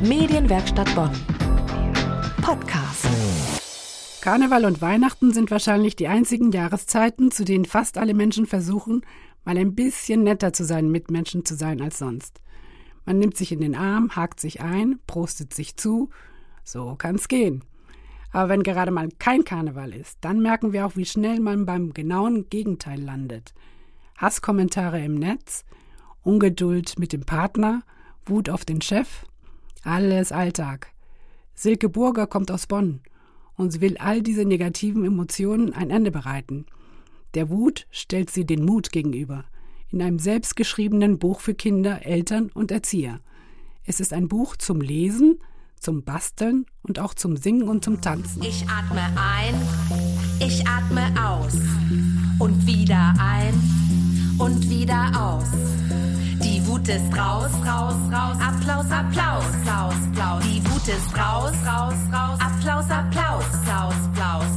Medienwerkstatt Bonn. Podcast. Karneval und Weihnachten sind wahrscheinlich die einzigen Jahreszeiten, zu denen fast alle Menschen versuchen, mal ein bisschen netter zu seinen Mitmenschen zu sein als sonst. Man nimmt sich in den Arm, hakt sich ein, prostet sich zu. So kann's gehen. Aber wenn gerade mal kein Karneval ist, dann merken wir auch, wie schnell man beim genauen Gegenteil landet. Hasskommentare im Netz, Ungeduld mit dem Partner, Wut auf den Chef, alles Alltag. Silke Burger kommt aus Bonn und sie will all diese negativen Emotionen ein Ende bereiten. Der Wut stellt sie den Mut gegenüber, in einem selbstgeschriebenen Buch für Kinder, Eltern und Erzieher. Es ist ein Buch zum Lesen, zum Basteln und auch zum Singen und zum Tanzen. Ich atme ein, ich atme aus und wieder ein und wieder aus. Die Wut ist raus, raus, raus, Applaus, Applaus, Applaus, Applaus. Die Wut ist raus, raus, raus, Applaus, Applaus, Applaus, Applaus.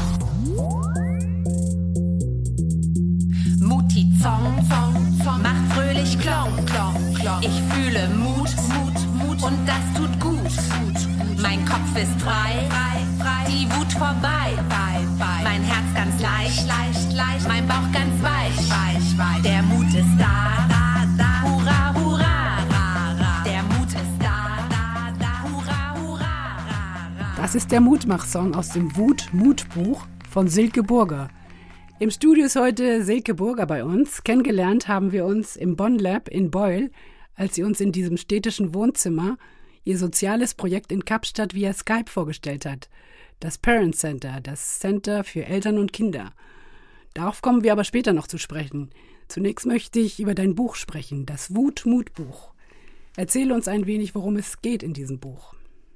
Mutti Zong, Zong, Zong, macht fröhlich Klong, Klong, Klong. Ich fühle Mut, Mut, Mut und das tut gut. Mein Kopf ist frei, frei, frei, die Wut vorbei, frei, frei. Mein Herz ganz leicht, leicht, leicht, mein Bauch ganz weich, weich, weich. Der Mut ist da, da, da, hurra, hurra, ra, ra. Der Mut ist da, da, da, hurra, hurra, ra, ra. Das ist der Mutmach-Song aus dem Wut-Mut-Buch von Silke Burger. Im Studio ist heute Silke Burger bei uns. Kennengelernt haben wir uns im Bonn Lab in Beul, als sie uns in diesem städtischen Wohnzimmer ihr soziales Projekt in Kapstadt via Skype vorgestellt hat. Das Parent Center, das Center für Eltern und Kinder. Darauf kommen wir aber später noch zu sprechen. Zunächst möchte ich über dein Buch sprechen, das Wut-Mut-Buch. Erzähle uns ein wenig, worum es geht in diesem Buch.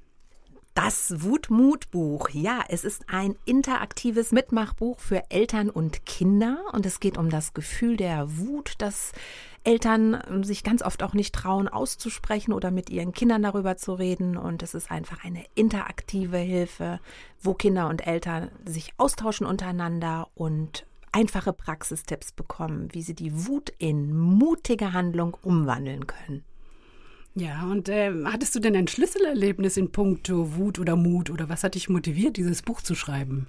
Das Wut-Mut-Buch, ja, es ist ein interaktives Mitmachbuch für Eltern und Kinder und es geht um das Gefühl der Wut, das Eltern sich ganz oft auch nicht trauen auszusprechen oder mit ihren Kindern darüber zu reden. Und es ist einfach eine interaktive Hilfe, wo Kinder und Eltern sich austauschen untereinander und einfache Praxistipps bekommen, wie sie die Wut in mutige Handlung umwandeln können. Ja, und hattest du denn ein Schlüsselerlebnis in puncto Wut oder Mut oder was hat dich motiviert, dieses Buch zu schreiben?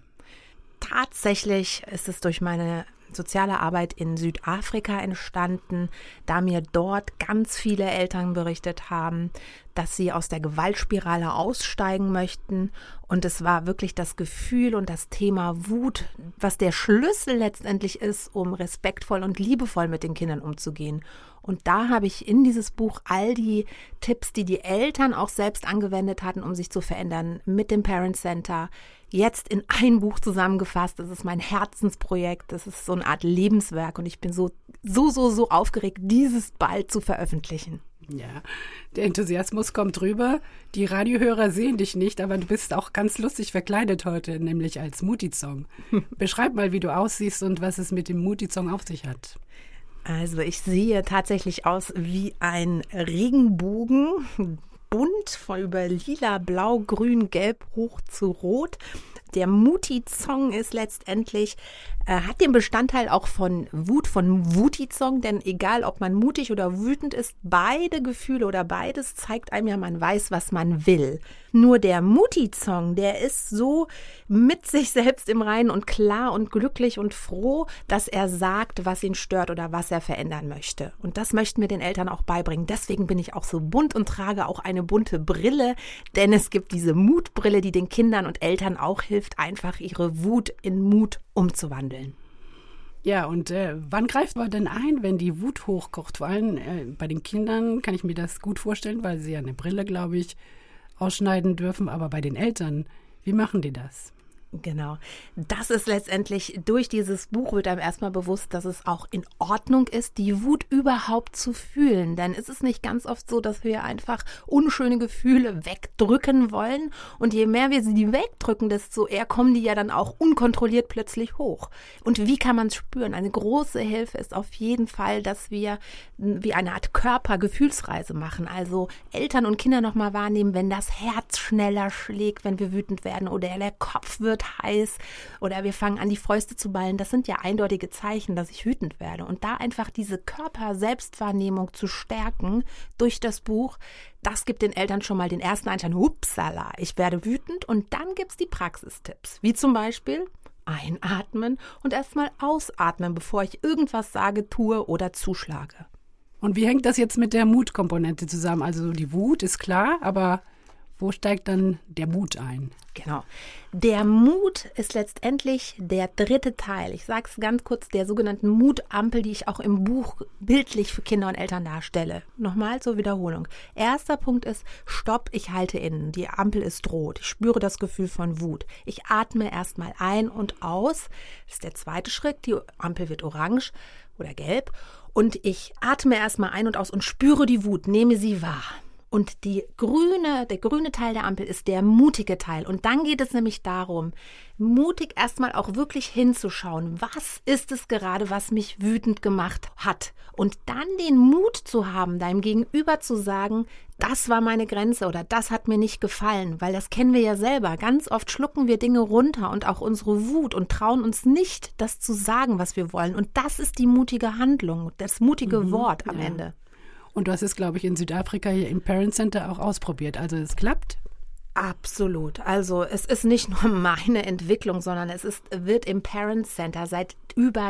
Tatsächlich ist es durch meine soziale Arbeit in Südafrika entstanden, da mir dort ganz viele Eltern berichtet haben, dass sie aus der Gewaltspirale aussteigen möchten. Und es war wirklich das Gefühl und das Thema Wut, was der Schlüssel letztendlich ist, um respektvoll und liebevoll mit den Kindern umzugehen. Und da habe ich in dieses Buch all die Tipps, die die Eltern auch selbst angewendet hatten, um sich zu verändern, mit dem Parent Center, jetzt in ein Buch zusammengefasst. Das ist mein Herzensprojekt, das ist so eine Art Lebenswerk und ich bin so aufgeregt, dieses bald zu veröffentlichen. Ja, der Enthusiasmus kommt rüber. Die Radiohörer sehen dich nicht, aber du bist auch ganz lustig verkleidet heute, nämlich als Mutti-Song. Beschreib mal, wie du aussiehst und was es mit dem Mutti-Song auf sich hat. Also ich sehe tatsächlich aus wie ein Regenbogen, bunt, von über lila, blau, grün, gelb hoch zu rot. Der Mutti-Song ist letztendlich, hat den Bestandteil auch von Wut, von Wuti-Song, denn egal, ob man mutig oder wütend ist, beide Gefühle oder beides zeigt einem ja, man weiß, was man will. Nur der Mutti-Song, der ist so mit sich selbst im Reinen und klar und glücklich und froh, dass er sagt, was ihn stört oder was er verändern möchte. Und das möchten wir den Eltern auch beibringen. Deswegen bin ich auch so bunt und trage auch eine bunte Brille, denn es gibt diese Mutbrille, die den Kindern und Eltern auch hilft, einfach ihre Wut in Mut umzuwandeln. Ja, und wann greift man denn ein, wenn die Wut hochkocht? Vor allem bei den Kindern kann ich mir das gut vorstellen, weil sie ja eine Brille, glaube ich, ausschneiden dürfen. Aber bei den Eltern, wie machen die das? Genau. Das ist letztendlich, durch dieses Buch wird einem erstmal bewusst, dass es auch in Ordnung ist, die Wut überhaupt zu fühlen. Denn es ist nicht ganz oft so, dass wir einfach unschöne Gefühle wegdrücken wollen. Und je mehr wir sie wegdrücken, desto eher kommen die ja dann auch unkontrolliert plötzlich hoch. Und wie kann man es spüren? Eine große Hilfe ist auf jeden Fall, dass wir wie eine Art Körpergefühlsreise machen. Also Eltern und Kinder nochmal wahrnehmen, wenn das Herz schneller schlägt, wenn wir wütend werden oder der Kopf wird wird heiß oder wir fangen an, die Fäuste zu ballen. Das sind ja eindeutige Zeichen, dass ich wütend werde. Und da einfach diese Körper-Selbstwahrnehmung zu stärken durch das Buch, das gibt den Eltern schon mal den ersten Einschein, upsala, ich werde wütend. Und dann gibt es die Praxistipps, wie zum Beispiel einatmen und erstmal ausatmen, bevor ich irgendwas sage, tue oder zuschlage. Und wie hängt das jetzt mit der Mutkomponente zusammen? Also die Wut ist klar, aber wo steigt dann der Mut ein? Genau. Der Mut ist letztendlich der dritte Teil. Ich sage es ganz kurz, der sogenannten Mutampel, die ich auch im Buch bildlich für Kinder und Eltern darstelle. Nochmal zur Wiederholung. Erster Punkt ist, Stopp, ich halte innen. Die Ampel ist rot. Ich spüre das Gefühl von Wut. Ich atme erstmal ein und aus. Das ist der zweite Schritt. Die Ampel wird orange oder gelb. Und ich atme erstmal ein und aus und spüre die Wut, nehme sie wahr. Und der grüne Teil der Ampel ist der mutige Teil. Und dann geht es nämlich darum, mutig erstmal auch wirklich hinzuschauen, was ist es gerade, was mich wütend gemacht hat. Und dann den Mut zu haben, deinem Gegenüber zu sagen, das war meine Grenze oder das hat mir nicht gefallen. Weil das kennen wir ja selber. Ganz oft schlucken wir Dinge runter und auch unsere Wut und trauen uns nicht, das zu sagen, was wir wollen. Und das ist die mutige Handlung, das mutige Wort am Ende. Und du hast es, glaube ich, in Südafrika hier im Parent Center auch ausprobiert. Also es klappt? Absolut. Also es ist nicht nur meine Entwicklung, sondern wird im Parent Center seit über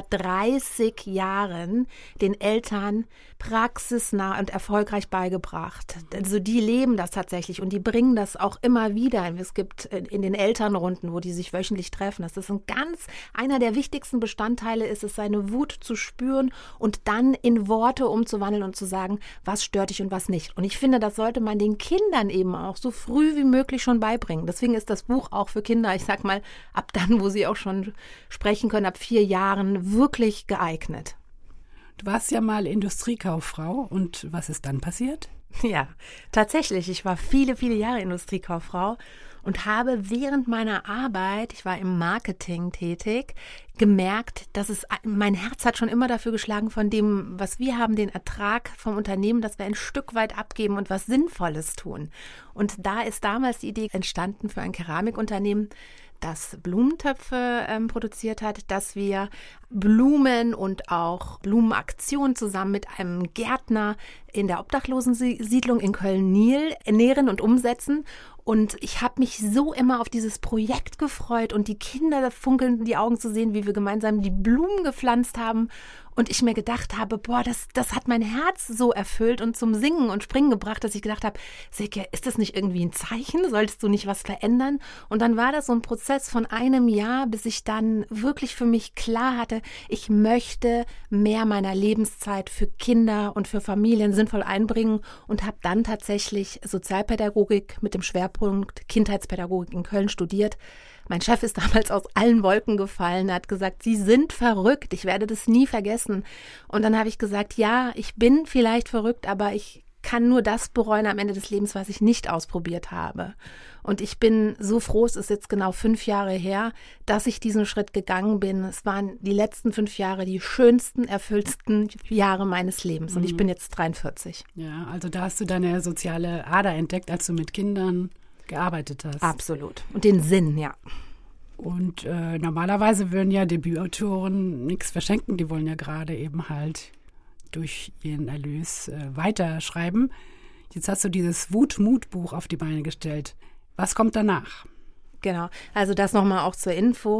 30 Jahren den Eltern praxisnah und erfolgreich beigebracht. Also die leben das tatsächlich und die bringen das auch immer wieder. Es gibt in den Elternrunden, wo die sich wöchentlich treffen, das ist einer der wichtigsten Bestandteile ist es, seine Wut zu spüren und dann in Worte umzuwandeln und zu sagen, was stört dich und was nicht. Und ich finde, das sollte man den Kindern eben auch so früh wie möglich schon beibringen. Deswegen ist das Buch auch für Kinder, ich sag mal, ab dann, wo sie auch schon sprechen können, ab 4 Jahren, wirklich geeignet. Du warst ja mal Industriekauffrau und was ist dann passiert? Ja, tatsächlich. Ich war viele, viele Jahre Industriekauffrau und habe während meiner Arbeit, ich war im Marketing tätig, gemerkt, dass mein Herz hat schon immer dafür geschlagen, von dem, was wir haben, den Ertrag vom Unternehmen, dass wir ein Stück weit abgeben und was Sinnvolles tun. Und da ist damals die Idee entstanden für ein Keramikunternehmen, das Blumentöpfe produziert hat, dass wir Blumen und auch Blumenaktionen zusammen mit einem Gärtner in der Obdachlosensiedlung in Köln-Niel ernähren und umsetzen. Und ich habe mich so immer auf dieses Projekt gefreut und die Kinder funkeln die Augen zu sehen, wie wir gemeinsam die Blumen gepflanzt haben. Und ich mir gedacht habe, boah, das hat mein Herz so erfüllt und zum Singen und Springen gebracht, dass ich gedacht habe, Silke, ist das nicht irgendwie ein Zeichen? Solltest du nicht was verändern? Und dann war das so ein Prozess von einem Jahr, bis ich dann wirklich für mich klar hatte, ich möchte mehr meiner Lebenszeit für Kinder und für Familien sinnvoll einbringen und habe dann tatsächlich Sozialpädagogik mit dem Schwerpunkt Kindheitspädagogik in Köln studiert. Mein Chef ist damals aus allen Wolken gefallen. Er hat gesagt, Sie sind verrückt. Ich werde das nie vergessen. Und dann habe ich gesagt, ja, ich bin vielleicht verrückt, aber ich kann nur das bereuen am Ende des Lebens, was ich nicht ausprobiert habe. Und ich bin so froh, es ist jetzt genau 5 Jahre her, dass ich diesen Schritt gegangen bin. Es waren die letzten 5 Jahre die schönsten, erfülltsten Jahre meines Lebens. Und ich bin jetzt 43. Ja, also da hast du deine soziale Ader entdeckt, als du mit Kindern gearbeitet hast. Absolut. Und den Sinn, ja. Und normalerweise würden ja Debütautoren nichts verschenken. Die wollen ja gerade eben halt durch ihren Erlös weiterschreiben. Jetzt hast du dieses Wut-Mut-Buch auf die Beine gestellt. Was kommt danach? Genau, also das nochmal auch zur Info.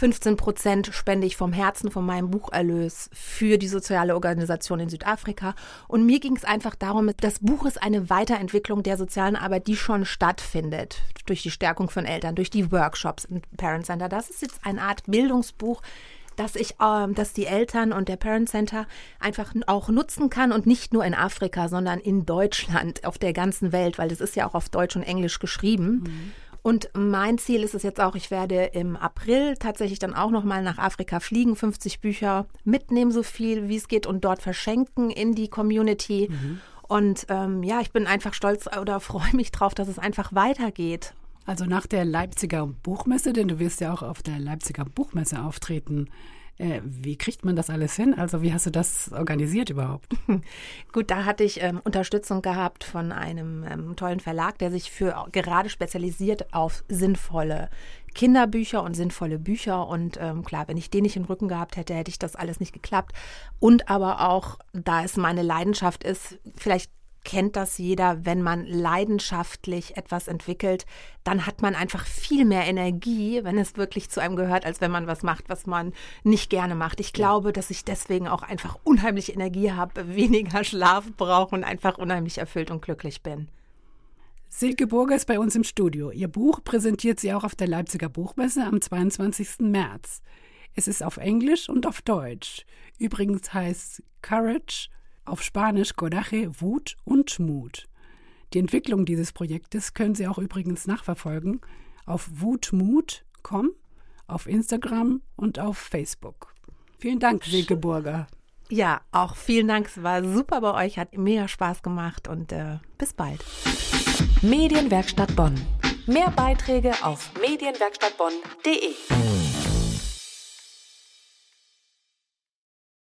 15% spende ich vom Herzen von meinem Bucherlös für die soziale Organisation in Südafrika. Und mir ging es einfach darum, das Buch ist eine Weiterentwicklung der sozialen Arbeit, die schon stattfindet. Durch die Stärkung von Eltern, durch die Workshops im Parent Center. Das ist jetzt eine Art Bildungsbuch, dass die Eltern und der Parent Center einfach auch nutzen kann und nicht nur in Afrika, sondern in Deutschland, auf der ganzen Welt, weil das ist ja auch auf Deutsch und Englisch geschrieben. Mhm. Und mein Ziel ist es jetzt auch, ich werde im April tatsächlich dann auch nochmal nach Afrika fliegen, 50 Bücher mitnehmen, so viel wie es geht und dort verschenken in die Community. Mhm. Und ich bin einfach stolz oder freue mich drauf, dass es einfach weitergeht. Also nach der Leipziger Buchmesse, denn du wirst ja auch auf der Leipziger Buchmesse auftreten, Wie kriegt man das alles hin? Also wie hast du das organisiert überhaupt? Gut, da hatte ich Unterstützung gehabt von einem tollen Verlag, der sich gerade spezialisiert auf sinnvolle Kinderbücher und sinnvolle Bücher. Und klar, wenn ich den nicht im Rücken gehabt hätte, hätte ich das alles nicht geklappt. Und aber auch, da es meine Leidenschaft ist, vielleicht kennt das jeder, wenn man leidenschaftlich etwas entwickelt, dann hat man einfach viel mehr Energie, wenn es wirklich zu einem gehört, als wenn man was macht, was man nicht gerne macht. Ich glaube, dass ich deswegen auch einfach unheimlich Energie habe, weniger Schlaf brauche und einfach unheimlich erfüllt und glücklich bin. Silke Burger ist bei uns im Studio. Ihr Buch präsentiert sie auch auf der Leipziger Buchmesse am 22. März. Es ist auf Englisch und auf Deutsch. Übrigens heißt Courage auf Spanisch Coraje, Wut und Mut. Die Entwicklung dieses Projektes können Sie auch übrigens nachverfolgen auf wutmut.com, auf Instagram und auf Facebook. Vielen Dank, Silke Burger. Ja, auch vielen Dank. Es war super bei euch, hat mega Spaß gemacht und bis bald. Medienwerkstatt Bonn. Mehr Beiträge auf medienwerkstattbonn.de.